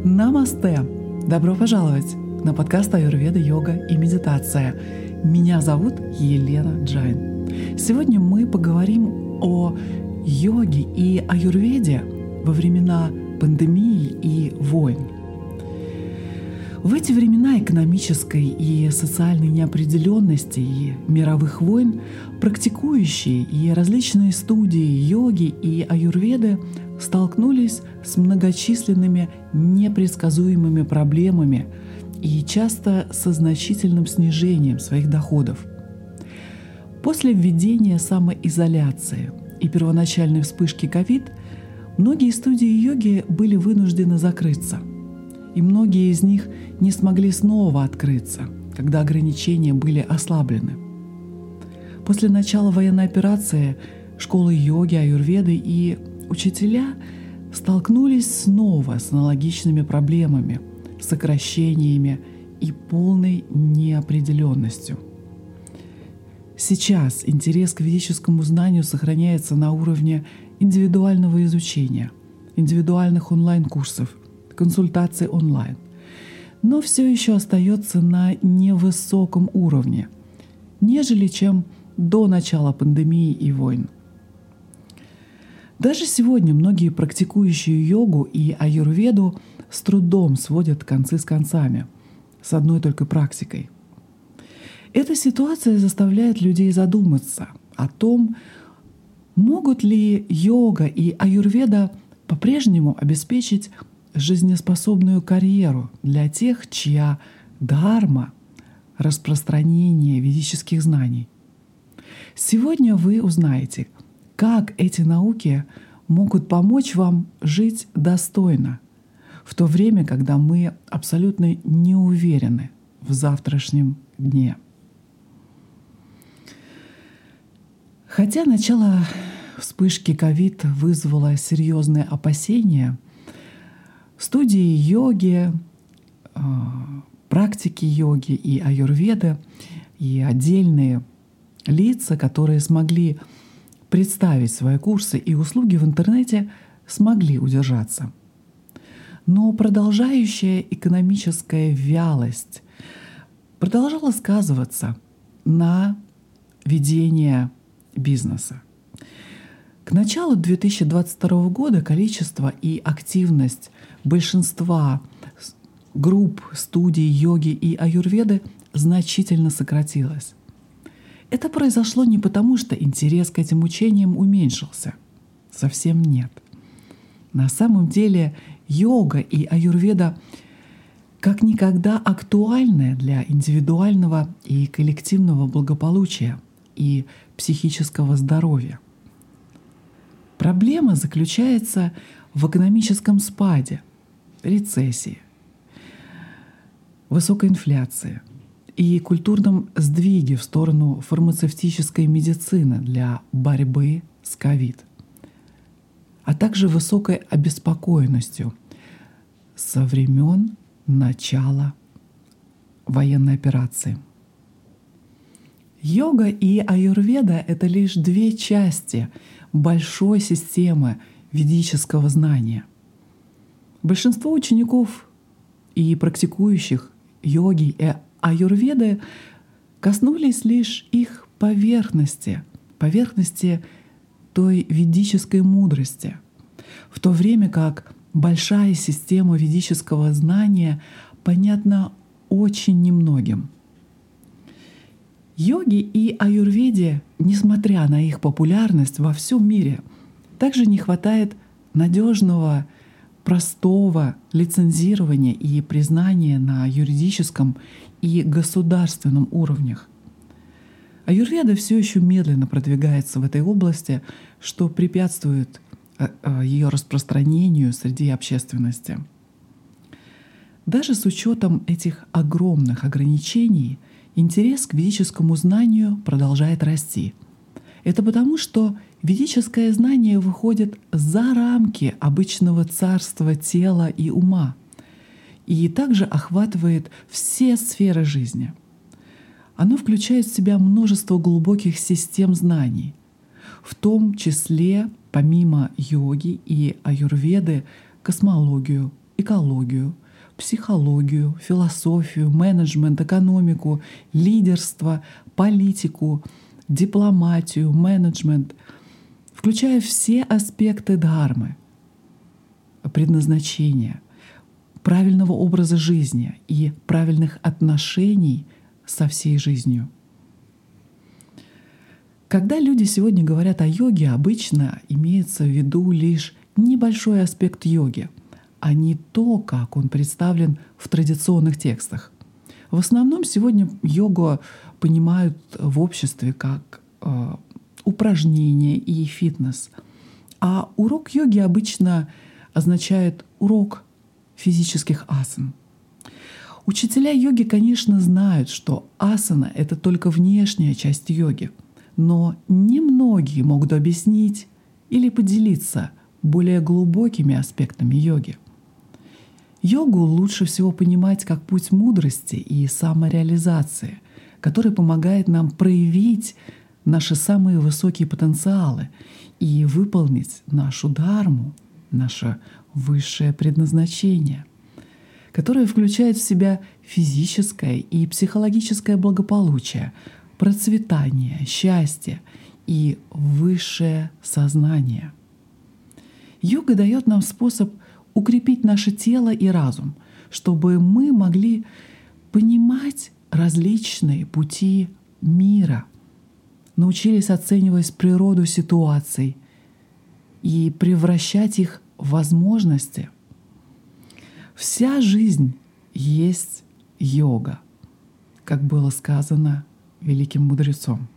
Намасте! Добро пожаловать на подкаст «Аюрведа, йога и медитация». Меня зовут Елена Джайн. Сегодня мы поговорим о йоге и аюрведе во времена пандемии и войн. В эти времена экономической и социальной неопределенности и мировых войн практикующие и различные студии йоги и аюрведы столкнулись с многочисленными непредсказуемыми проблемами и часто со значительным снижением своих доходов. После введения самоизоляции и первоначальной вспышки COVID многие студии йоги были вынуждены закрыться, и многие из них не смогли снова открыться, когда ограничения были ослаблены. После начала военной операции школы йоги, аюрведы и учителя столкнулись снова с аналогичными проблемами, сокращениями и полной неопределенностью. Сейчас интерес к ведическому знанию сохраняется на уровне индивидуального изучения, индивидуальных онлайн-курсов, консультаций онлайн, но все еще остается на невысоком уровне, нежели чем до начала пандемии и войн. Даже сегодня многие практикующие йогу и аюрведу с трудом сводят концы с концами, с одной только практикой. Эта ситуация заставляет людей задуматься о том, могут ли йога и аюрведа по-прежнему обеспечить жизнеспособную карьеру для тех, чья дхарма — распространение ведических знаний. Сегодня вы узнаете, как эти науки могут помочь вам жить достойно, в то время, когда мы абсолютно не уверены в завтрашнем дне. Хотя начало вспышки COVID вызвало серьезные опасения, студии йоги, практики йоги и аюрведы и отдельные лица, которые смогли представить свои курсы и услуги в интернете, смогли удержаться. Но продолжающая экономическая вялость продолжала сказываться на ведении бизнеса. К началу 2022 года количество и активность большинства групп студий йоги и аюрведы значительно сократилась. Это произошло не потому, что интерес к этим учениям уменьшился. Совсем нет. На самом деле йога и аюрведа как никогда актуальны для индивидуального и коллективного благополучия и психического здоровья. Проблема заключается в экономическом спаде, рецессии, высокой инфляции и культурном сдвиге в сторону фармацевтической медицины для борьбы с ковид, а также высокой обеспокоенностью со времен начала военной операции. Йога и аюрведа — это лишь две части большой системы ведического знания. Большинство учеников и практикующих йоги и аюрведы коснулись лишь их поверхности той ведической мудрости, в то время как большая система ведического знания понятна очень немногим. Йоге и аюрведе, несмотря на их популярность во всем мире, также не хватает надежного, простого лицензирования и признания на юридическом и государственном уровнях. Аюрведа все еще медленно продвигается в этой области, что препятствует ее распространению среди общественности. Даже с учетом этих огромных ограничений интерес к ведическому знанию продолжает расти. Это потому, что ведическое знание выходит за рамки обычного царства тела и ума и также охватывает все сферы жизни. Оно включает в себя множество глубоких систем знаний, в том числе, помимо йоги и аюрведы, космологию, экологию, психологию, философию, менеджмент, экономику, лидерство, политику, дипломатию, менеджмент, включая все аспекты дхармы, предназначения, правильного образа жизни и правильных отношений со всей жизнью. Когда люди сегодня говорят о йоге, обычно имеется в виду лишь небольшой аспект йоги, а не то, как он представлен в традиционных текстах. В основном сегодня йогу понимают в обществе как упражнения и фитнес. А урок йоги обычно означает урок физических асан. Учителя йоги, конечно, знают, что асана — это только внешняя часть йоги, но немногие могут объяснить или поделиться более глубокими аспектами йоги. Йогу лучше всего понимать как путь мудрости и самореализации, который помогает нам проявить наши самые высокие потенциалы и выполнить нашу дхарму, наше высшее предназначение, которое включает в себя физическое и психологическое благополучие, процветание, счастье и высшее сознание. Йога дает нам способ укрепить наше тело и разум, чтобы мы могли понимать различные пути мира, научились оценивать природу ситуаций и превращать их в возможности. Вся жизнь есть йога, как было сказано великим мудрецом.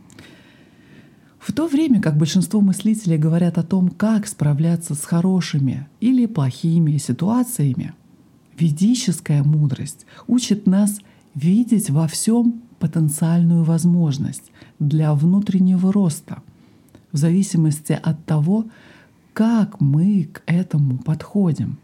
В то время как большинство мыслителей говорят о том, как справляться с хорошими или плохими ситуациями, ведическая мудрость учит нас видеть во всем потенциальную возможность для внутреннего роста, в зависимости от того, как мы к этому подходим.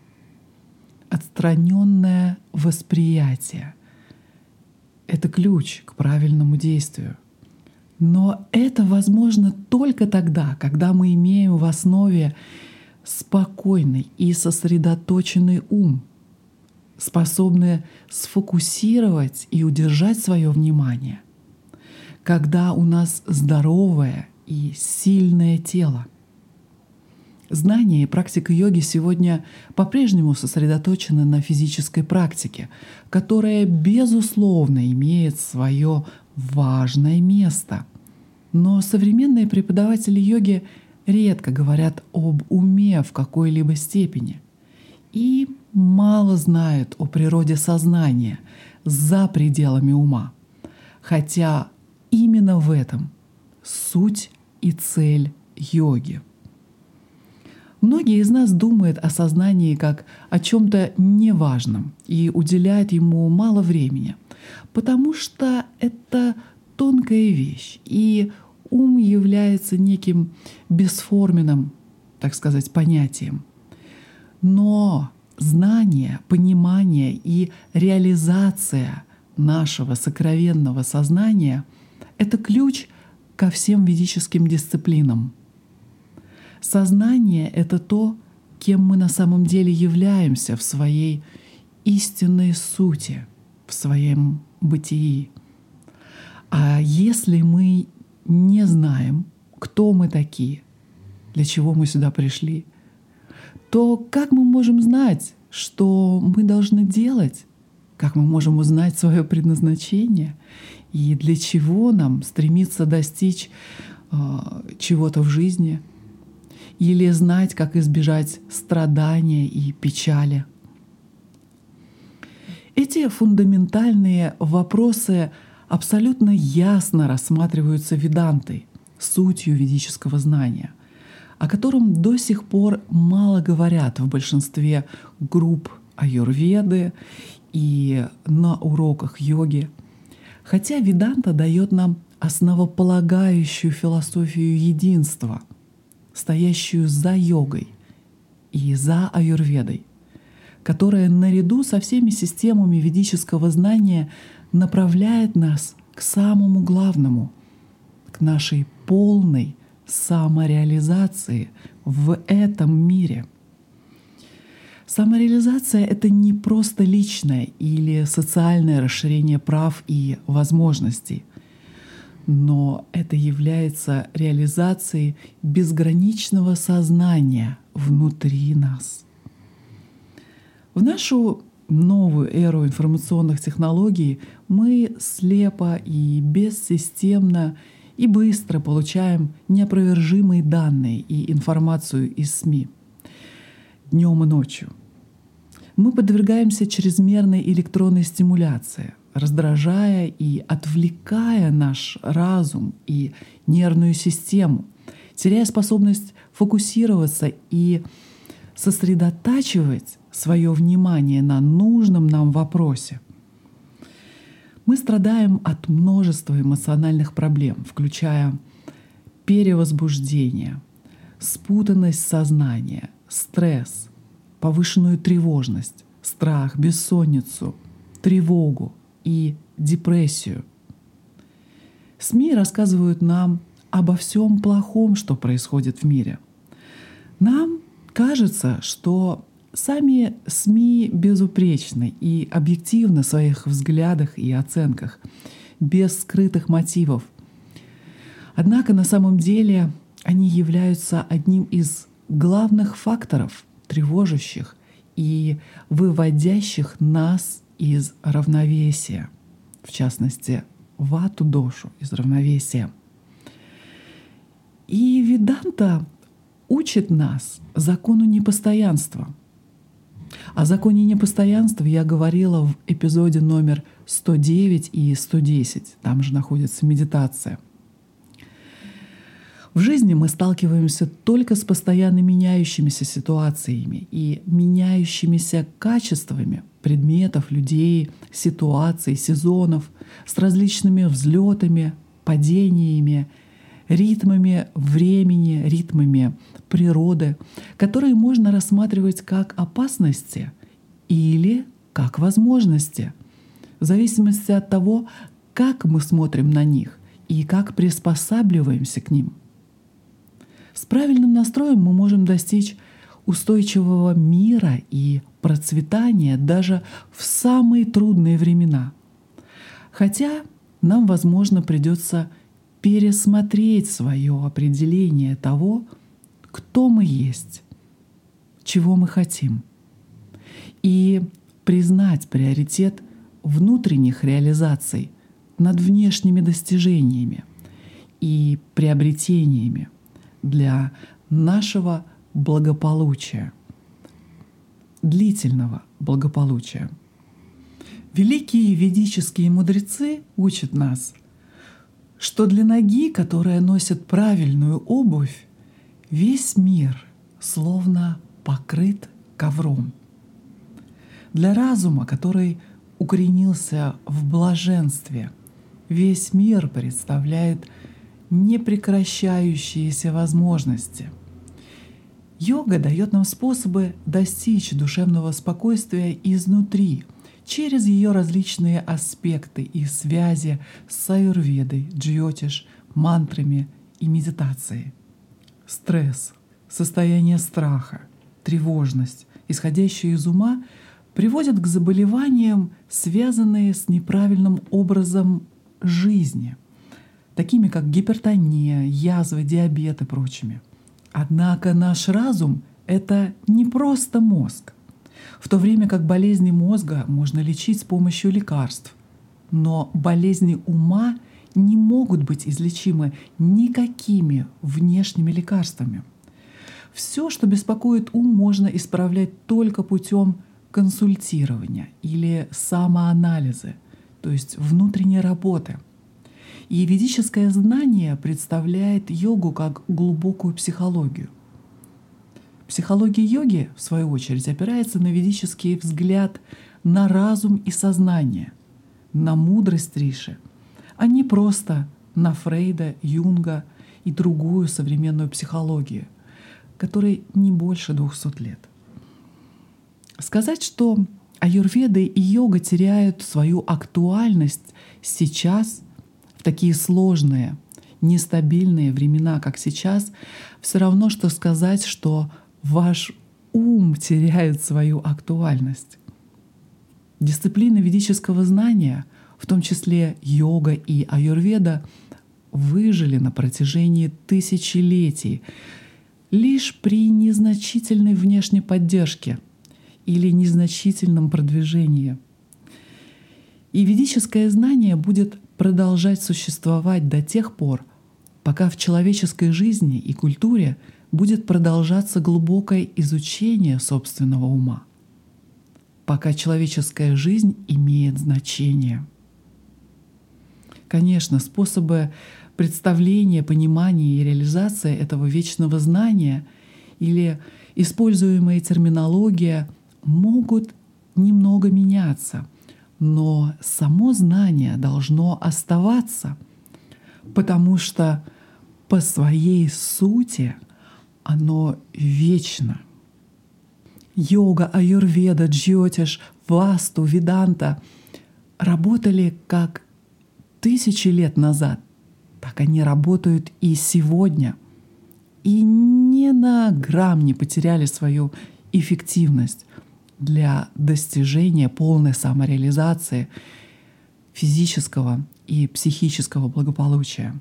Отстраненное восприятие — это ключ к правильному действию. Но это возможно только тогда, когда мы имеем в основе спокойный и сосредоточенный ум, способный сфокусировать и удержать свое внимание, когда у нас здоровое и сильное тело. Знания и практика йоги сегодня по-прежнему сосредоточены на физической практике, которая, безусловно, имеет свое важное место. Но современные преподаватели йоги редко говорят об уме в какой-либо степени и мало знают о природе сознания за пределами ума, хотя именно в этом суть и цель йоги. Многие из нас думают о сознании как о чем-то неважном и уделяют ему мало времени, потому что это тонкая вещь, и ум является неким бесформенным, так сказать, понятием. Но знание, понимание и реализация нашего сокровенного сознания — это ключ ко всем ведическим дисциплинам. Сознание — это то, кем мы на самом деле являемся в своей истинной сути, в своем бытии. А если мы не знаем, кто мы такие, для чего мы сюда пришли, то как мы можем знать, что мы должны делать? Как мы можем узнать свое предназначение? И для чего нам стремиться достичь чего-то в жизни? Или знать, как избежать страдания и печали? Эти фундаментальные вопросы абсолютно ясно рассматриваются ведантой, сутью ведического знания, о котором до сих пор мало говорят в большинстве групп аюрведы и на уроках йоги. Хотя веданта дает нам основополагающую философию единства, стоящую за йогой и за аюрведой, которая наряду со всеми системами ведического знания направляет нас к самому главному, к нашей полной самореализации в этом мире. Самореализация — это не просто личное или социальное расширение прав и возможностей, но это является реализацией безграничного сознания внутри нас. В нашу новую эру информационных технологий мы слепо и бессистемно и быстро получаем неопровержимые данные и информацию из СМИ днем и ночью. Мы подвергаемся чрезмерной электронной стимуляции, раздражая и отвлекая наш разум и нервную систему, теряя способность фокусироваться и сосредотачивать свое внимание на нужном нам вопросе. Мы страдаем от множества эмоциональных проблем, включая перевозбуждение, спутанность сознания, стресс, повышенную тревожность, страх, бессонницу, тревогу и депрессию. СМИ рассказывают нам обо всем плохом, что происходит в мире. Нам кажется, что сами СМИ безупречны и объективны в своих взглядах и оценках, без скрытых мотивов. Однако на самом деле они являются одним из главных факторов, тревожащих и выводящих нас из равновесия, в частности, вату-дошу, из равновесия. И Веданта учит нас закону непостоянства. О законе непостоянства я говорила в эпизоде номер 109 и 110. Там же находится медитация. В жизни мы сталкиваемся только с постоянно меняющимися ситуациями и меняющимися качествами предметов, людей, ситуаций, сезонов, с различными взлетами, падениями, ритмами времени, ритмами природы, которые можно рассматривать как опасности или как возможности, в зависимости от того, как мы смотрим на них и как приспосабливаемся к ним. С правильным настроем мы можем достичь устойчивого мира и процветания даже в самые трудные времена. Хотя нам, возможно, придется пересмотреть свое определение того, кто мы есть, чего мы хотим, и признать приоритет внутренних реализаций над внешними достижениями и приобретениями для нашего благополучия, длительного благополучия. Великие ведические мудрецы учат нас, что для ноги, которая носит правильную обувь, весь мир словно покрыт ковром. Для разума, который укоренился в блаженстве, весь мир представляет непрекращающиеся возможности. Йога дает нам способы достичь душевного спокойствия изнутри, через ее различные аспекты и связи с аюрведой, джьотиш, мантрами и медитацией. Стресс, состояние страха, тревожность, исходящие из ума, приводят к заболеваниям, связанные с неправильным образом жизни, такими как гипертония, язвы, диабет и прочими. Однако наш разум — это не просто мозг. В то время как болезни мозга можно лечить с помощью лекарств, но болезни ума не могут быть излечимы никакими внешними лекарствами. Все, что беспокоит ум, можно исправлять только путем консультирования или самоанализа, то есть внутренней работы. И ведическое знание представляет йогу как глубокую психологию. Психология йоги, в свою очередь, опирается на ведический взгляд на разум и сознание, на мудрость Риши, а не просто на Фрейда, Юнга и другую современную психологию, которой не больше 200 лет. Сказать, что аюрведа и йога теряют свою актуальность сейчас, в такие сложные, нестабильные времена, как сейчас, все равно, что сказать, что ваш ум теряет свою актуальность. Дисциплины ведического знания, в том числе йога и аюрведа, выжили на протяжении тысячелетий лишь при незначительной внешней поддержке или незначительном продвижении. И ведическое знание будет продолжать существовать до тех пор, пока в человеческой жизни и культуре будет продолжаться глубокое изучение собственного ума, пока человеческая жизнь имеет значение. Конечно, способы представления, понимания и реализации этого вечного знания или используемая терминология могут немного меняться, но само знание должно оставаться, потому что по своей сути оно вечно. Йога, аюрведа, джьотиш, васту, веданта работали как 1000 лет назад, так они работают и сегодня. И ни на грамм не потеряли свою эффективность для достижения полной самореализации физического и психического благополучия.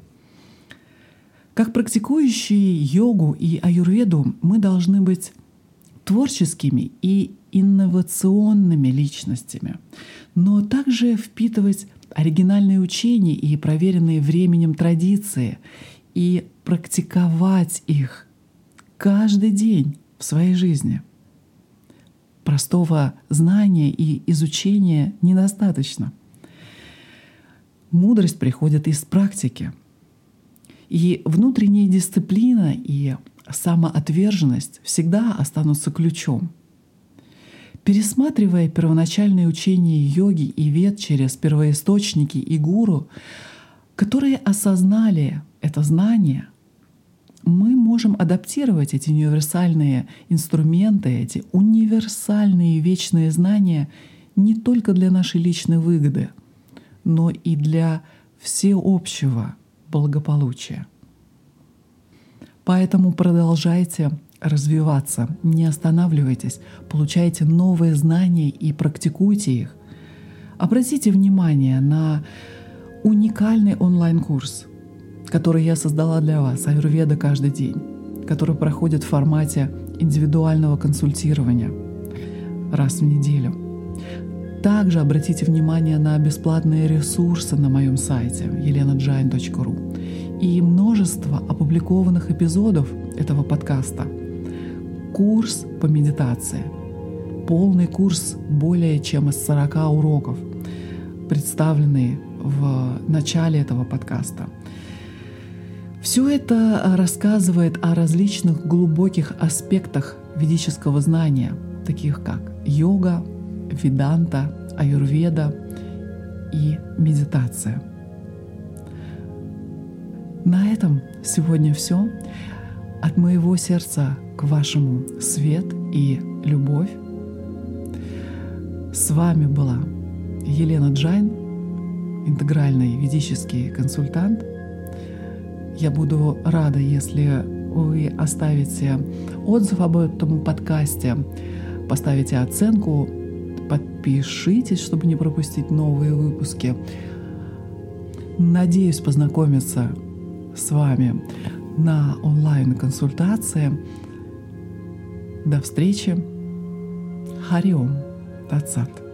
Как практикующие йогу и аюрведу мы должны быть творческими и инновационными личностями, но также впитывать оригинальные учения и проверенные временем традиции и практиковать их каждый день в своей жизни. Простого знания и изучения недостаточно. Мудрость приходит из практики. И внутренняя дисциплина и самоотверженность всегда останутся ключом. Пересматривая первоначальные учения йоги и вед через первоисточники и гуру, которые осознали это знание, мы можем адаптировать эти универсальные инструменты, эти универсальные вечные знания не только для нашей личной выгоды, но и для всеобщего благополучия. Поэтому продолжайте развиваться, не останавливайтесь, получайте новые знания и практикуйте их. Обратите внимание на уникальный онлайн-курс, который я создала для вас, «Аюрведа каждый день», который проходит в формате индивидуального консультирования раз в неделю. Также обратите внимание на бесплатные ресурсы на моем сайте elenajain.ru и множество опубликованных эпизодов этого подкаста. Курс по медитации, полный курс более чем из 40 уроков, представленный в начале этого подкаста. Все это рассказывает о различных глубоких аспектах ведического знания, таких как йога, веданта, аюрведа и медитация. На этом сегодня все. От моего сердца к вашему свет и любовь. С вами была Елена Джайн, интегральный ведический консультант. Я буду рада, если вы оставите отзыв об этом подкасте, поставите оценку, подпишитесь, чтобы не пропустить новые выпуски. Надеюсь познакомиться с вами на онлайн-консультации. До встречи. Хари Ом. Тат Сат.